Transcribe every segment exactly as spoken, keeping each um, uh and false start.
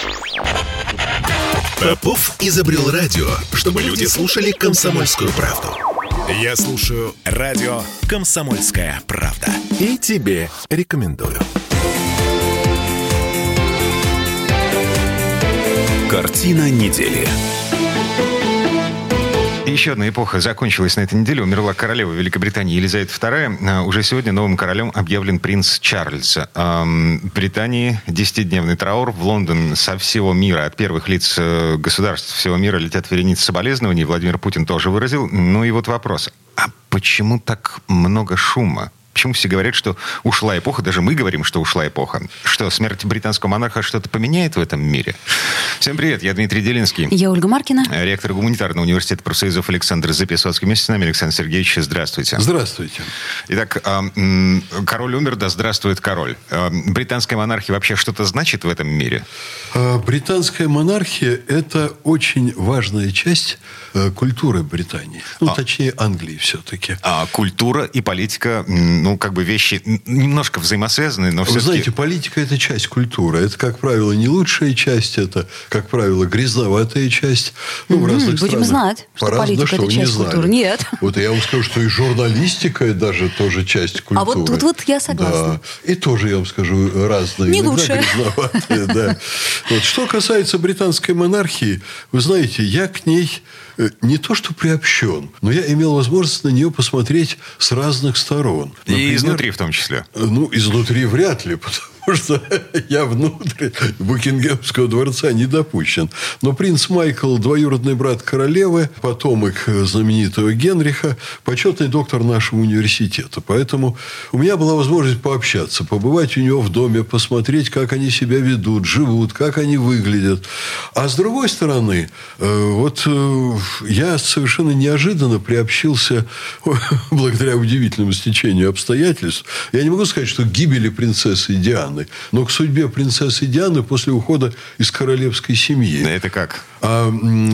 Попов изобрел радио, чтобы люди слушали «Комсомольскую правду». Я слушаю радио «Комсомольская правда». И тебе рекомендую. Картина недели. Еще одна эпоха закончилась на этой неделе. Умерла королева Великобритании Елизавета вторая. Уже сегодня новым королем объявлен принц Чарльз. В Британии десятидневный траур. В Лондон со всего мира, от первых лиц государств всего мира летят вереницы соболезнований. Владимир Путин тоже выразил. Ну и вот вопрос. А почему так много шума? Почему все говорят, что ушла эпоха? Даже мы говорим, что ушла эпоха. Что, смерть британского монарха что-то поменяет в этом мире? Всем привет, я Дмитрий Делинский. Я Ольга Маркина. Ректор гуманитарного университета профсоюзов Александр Записоцкий. Вместе с нами Александр Сергеевич. Здравствуйте. Здравствуйте. Итак, король умер, да здравствует король. Британская монархия вообще что-то значит в этом мире? Британская монархия – это очень важная часть культуры Британии. Ну, а. точнее, Англии все-таки. А культура и политика, ну, как бы вещи немножко взаимосвязаны, но все-таки... Вы знаете, политика – это часть культуры. Это, как правило, не лучшая часть, это, как правило, грязноватая часть. Ну, mm-hmm. в разных Будем странах. знать, что По-разному, политика что – это часть не культуры. знали. Нет. Вот я вам скажу, что и журналистика даже тоже часть культуры. А вот тут вот я согласна. Да. И тоже, я вам скажу, разные. Не иногда лучшая. Грязноватые, да. Вот. Что касается британской монархии, вы знаете, я к ней не то что приобщен, но я имел возможность на нее посмотреть с разных сторон. Например, и изнутри в том числе. Ну, изнутри вряд ли, потому что я внутрь Букингемского дворца не допущен. Но принц Майкл, двоюродный брат королевы, потомок знаменитого Генриха, почетный доктор нашего университета. Поэтому у меня была возможность пообщаться, побывать у него в доме, посмотреть, как они себя ведут, живут, как они выглядят. А с другой стороны, вот я совершенно неожиданно приобщился, благодаря удивительному стечению обстоятельств. Я не могу сказать, что к гибели принцессы Дианы, но к судьбе принцессы Дианы после ухода из королевской семьи. Это как? А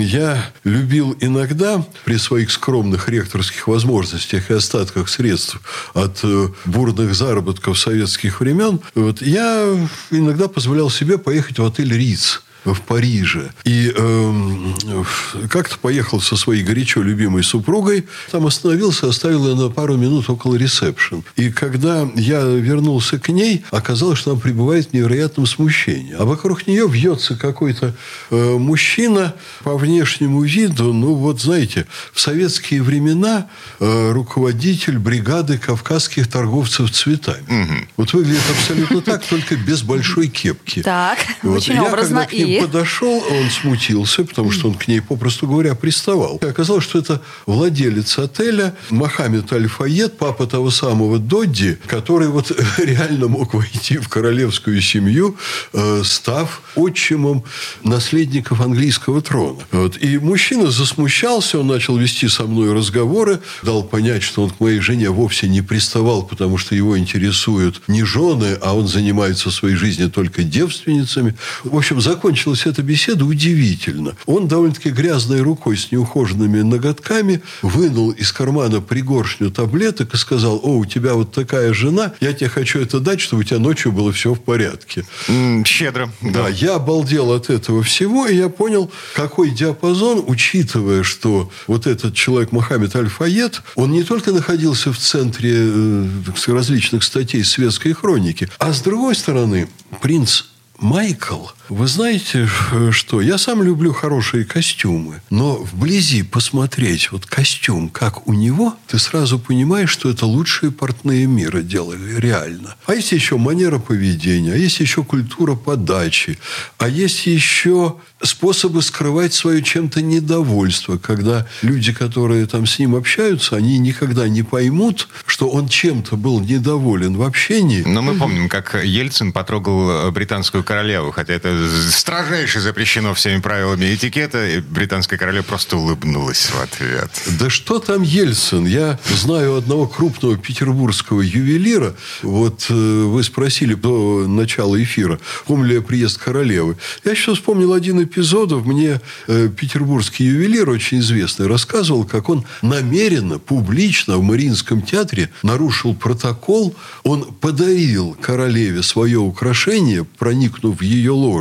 я любил иногда, при своих скромных ректорских возможностях и остатках средств от бурных заработков советских времен, вот, я иногда позволял себе поехать в отель «Риц» в Париже. И э, как-то поехал со своей горячо любимой супругой. Там остановился, оставил ее на пару минут около ресепшн. И когда я вернулся к ней, оказалось, что она пребывает в невероятном смущении. А вокруг нее вьется какой-то э, мужчина по внешнему виду. Ну, вот, знаете, в советские времена э, руководитель бригады кавказских торговцев цветами. Угу. Вот выглядит абсолютно так, только без большой кепки. Так, вот. Очень Я, образно. И подошел, он смутился, потому что он к ней, попросту говоря, приставал. И оказалось, что это владелец отеля Мохаммед Аль-Файед, папа того самого Додди, который вот реально мог войти в королевскую семью, э, став отчимом наследников английского трона. Вот. И мужчина засмущался, он начал вести со мной разговоры, дал понять, что он к моей жене вовсе не приставал, потому что его интересуют не жены, а он занимается в своей жизни только девственницами. В общем, закончилась эта беседа удивительно. Он довольно-таки грязной рукой с неухоженными ноготками вынул из кармана пригоршню таблеток и сказал: о, у тебя вот такая жена, я тебе хочу это дать, чтобы у тебя ночью было все в порядке. Mm, щедро. Да, да, я обалдел от этого всего, и я понял, какой диапазон, учитывая, что вот этот человек Мохаммед Аль-Файед, он не только находился в центре э, различных статей светской хроники, а с другой стороны, принц Майкл, вы знаете, что я сам люблю хорошие костюмы, но вблизи посмотреть вот костюм, как у него, ты сразу понимаешь, что это лучшие портные мира делали, реально. А есть еще манера поведения, а есть еще культура подачи, а есть еще способы скрывать свое чем-то недовольство, когда люди, которые там с ним общаются, они никогда не поймут, что он чем-то был недоволен в общении. Но мы помним, как Ельцин потрогал британскую королеву, хотя это строжайше запрещено всеми правилами этикета, и британская королева просто улыбнулась в ответ. Да что там Ельцин? Я знаю одного крупного петербургского ювелира. Вот вы спросили до начала эфира, помню ли я приезд королевы. Я еще вспомнил один эпизод. Мне э, петербургский ювелир, очень известный, рассказывал, как он намеренно, публично в Мариинском театре нарушил протокол. Он подарил королеве свое украшение, проникнув в ее ложу.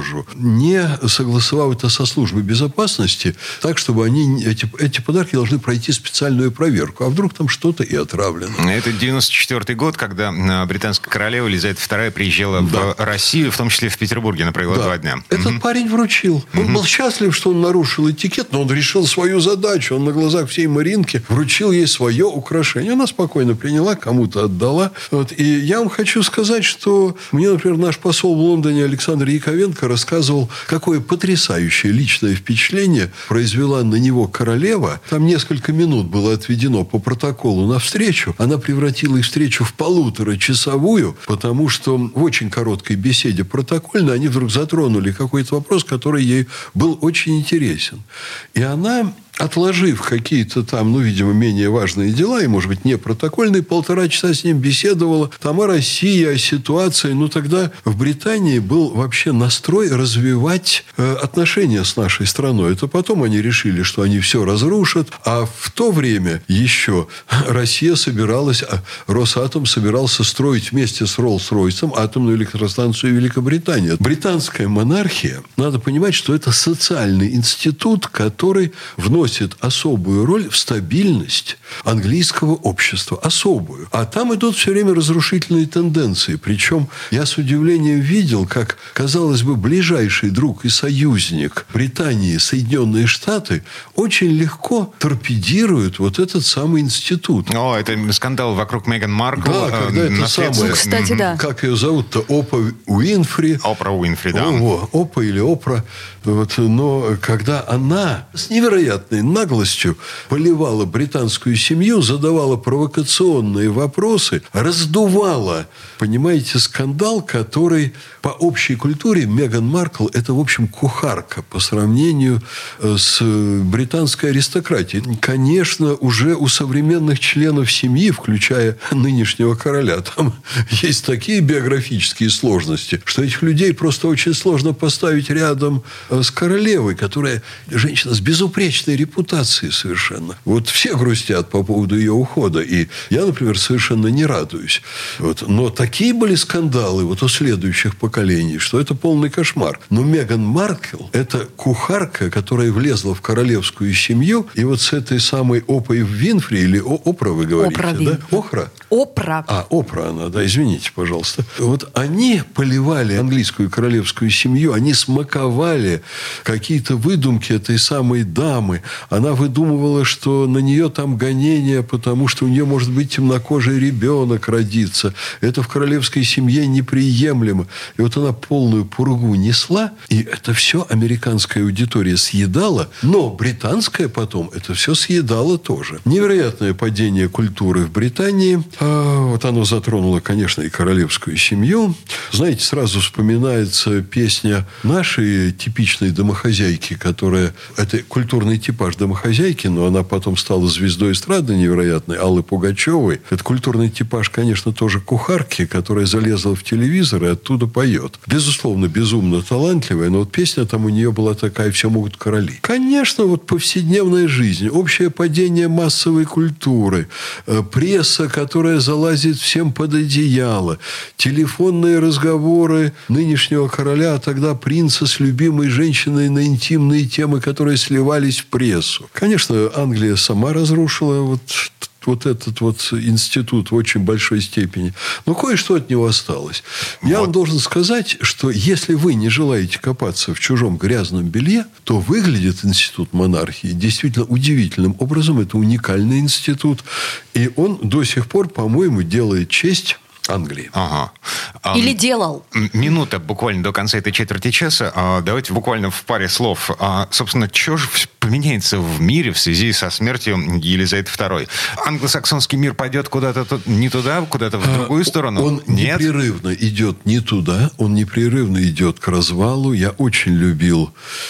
кожу, не согласовав это со службой безопасности, так, чтобы они, эти, эти подарки должны пройти специальную проверку. А вдруг там что-то и отравлено. Это девяносто четвёртый год, когда британская королева Елизавета вторая приезжала да. в Россию, в том числе в Петербурге, она провела да. два дня. Этот угу. парень вручил. Он угу. был счастлив, что он нарушил этикет, но он решил свою задачу. Он на глазах всей Маринки вручил ей свое украшение. Она спокойно приняла, кому-то отдала. Вот. И я вам хочу сказать, что мне, например, наш посол в Лондоне Александр Яковенко рассказывал, какое потрясающее личное впечатление произвела на него королева. Там несколько минут было отведено по протоколу на встречу. Она превратила их встречу в полуторачасовую, потому что в очень короткой беседе протокольно они вдруг затронули какой-то вопрос, который ей был очень интересен. И она, отложив какие-то там, ну, видимо, менее важные дела, и, может быть, не протокольные, полтора часа с ним беседовала там о России, о ситуации. Ну, тогда в Британии был вообще настрой развивать э, отношения с нашей страной. Это потом они решили, что они все разрушат. А в то время еще Россия собиралась, Росатом собирался строить вместе с Роллс-Ройсом атомную электростанцию Великобритании. Британская монархия, надо понимать, что это социальный институт, который вносит носит особую роль в стабильность английского общества. Особую. А там идут все время разрушительные тенденции. Причем я с удивлением видел, как, казалось бы, ближайший друг и союзник Британии, Соединенные Штаты, очень легко торпедируют вот этот самый институт. О, это скандал вокруг Меган Маркл. Да, когда э, это самое... Ну, кстати, да. Как ее зовут-то? Опа Уинфри. Опра Уинфри, да. О, Опа или Опра. Вот, но когда она с невероятной наглостью поливала британскую семью, задавала провокационные вопросы, раздувала, понимаете, скандал, который по общей культуре Меган Маркл это, в общем, кухарка по сравнению с британской аристократией. Конечно, уже у современных членов семьи, включая нынешнего короля, там есть такие биографические сложности, что этих людей просто очень сложно поставить рядом с королевой, которая женщина с безупречной репутацией совершенно. Вот все грустят по поводу ее ухода. И я, например, совершенно не радуюсь. Вот. Но такие были скандалы вот у следующих поколений, что это полный кошмар. Но Меган Маркл – это кухарка, которая влезла в королевскую семью. И вот с этой самой Опой Винфри, или Опра, вы говорите, Опра да? Охра? Опра. А, Опра она, да, извините, пожалуйста. Вот они поливали английскую королевскую семью, они смаковали какие-то выдумки этой самой дамы. Она выдумывала, что на нее там гонения, потому что у нее может быть темнокожий ребенок родиться. Это в королевской семье неприемлемо. И вот она полную пургу несла, и это все американская аудитория съедала, но британская потом это все съедала тоже. Невероятное падение культуры в Британии. А вот оно затронуло, конечно, и королевскую семью. Знаете, сразу вспоминается песня нашей типичной домохозяйки, которая... Это культурный типаж домохозяйки, но она потом стала звездой эстрады невероятной, Аллы Пугачевой. Это культурный типаж, конечно, тоже кухарки, которая залезла в телевизор и оттуда поет. Безусловно, безумно талантливая, но вот песня там у нее была такая «Все могут короли». Конечно, вот повседневная жизнь, общее падение массовой культуры, пресса, которая залазит всем под одеяло, телефонные разговоры нынешнего короля, а тогда принца с любимой женщиной на интимные темы, которые сливались в прессу. Конечно, Англия сама разрушила вот, вот этот вот институт в очень большой степени. Но кое-что от него осталось. Я вот. вам должен сказать, что если вы не желаете копаться в чужом грязном белье, то выглядит институт монархии действительно удивительным образом. Это уникальный институт. И он до сих пор, по-моему, делает честь Англии. Ага. Или делал. Минута буквально до конца этой четверти часа. Давайте буквально в паре слов. Собственно, что же поменяется в мире в связи со смертью Елизаветы второй? Англосаксонский мир пойдет куда-то не туда, куда-то в другую сторону? Он Нет? непрерывно идет не туда, он непрерывно идет к развалу. Я очень любил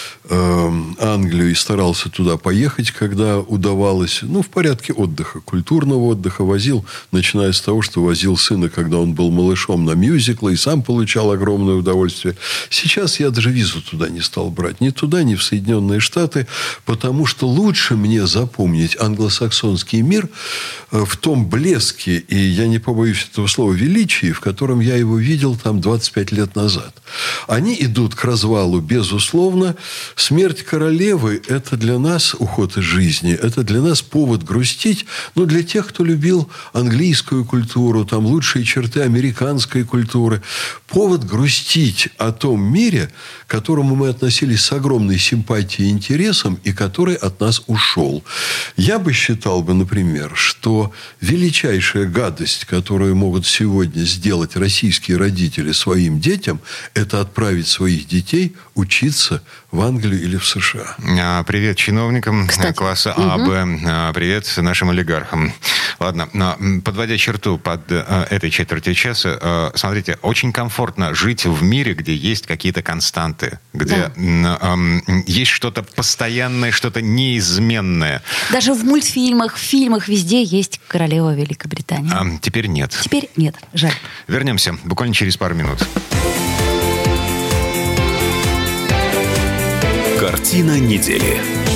э, Англию и старался туда поехать, когда удавалось, ну, в порядке отдыха, культурного отдыха. Возил, начиная с того, что возил сына, когда он был малышом, на мюзиклы, и сам получал огромное удовольствие. Сейчас я даже визу туда не стал брать. Ни туда, ни в Соединенные Штаты. Потому что лучше мне запомнить англосаксонский мир в том блеске, и я не побоюсь этого слова, величии, в котором я его видел там двадцать пять лет назад. Они идут к развалу, безусловно. Смерть королевы – это для нас уход из жизни, это для нас повод грустить. Но для тех, кто любил английскую культуру, там лучшие черты американской культуры, повод грустить о том мире, к которому мы относились с огромной симпатией и интересом, и который от нас ушел. Я бы считал бы, например, что величайшая гадость, которую могут сегодня сделать российские родители своим детям, это отправить своих детей учиться в Англию или в США. Привет чиновникам Кстати. класса А, угу. Б. Привет нашим олигархам. Ладно, подводя черту под этой четвертью часа, смотрите, очень комфортно жить в мире, где есть какие-то константы, где да. есть что-то постоянное, что-то неизменное. Даже в мультфильмах, в фильмах везде есть королева Великобритании. А, теперь нет. Теперь нет, жаль. Вернемся буквально через пару минут. Картина недели.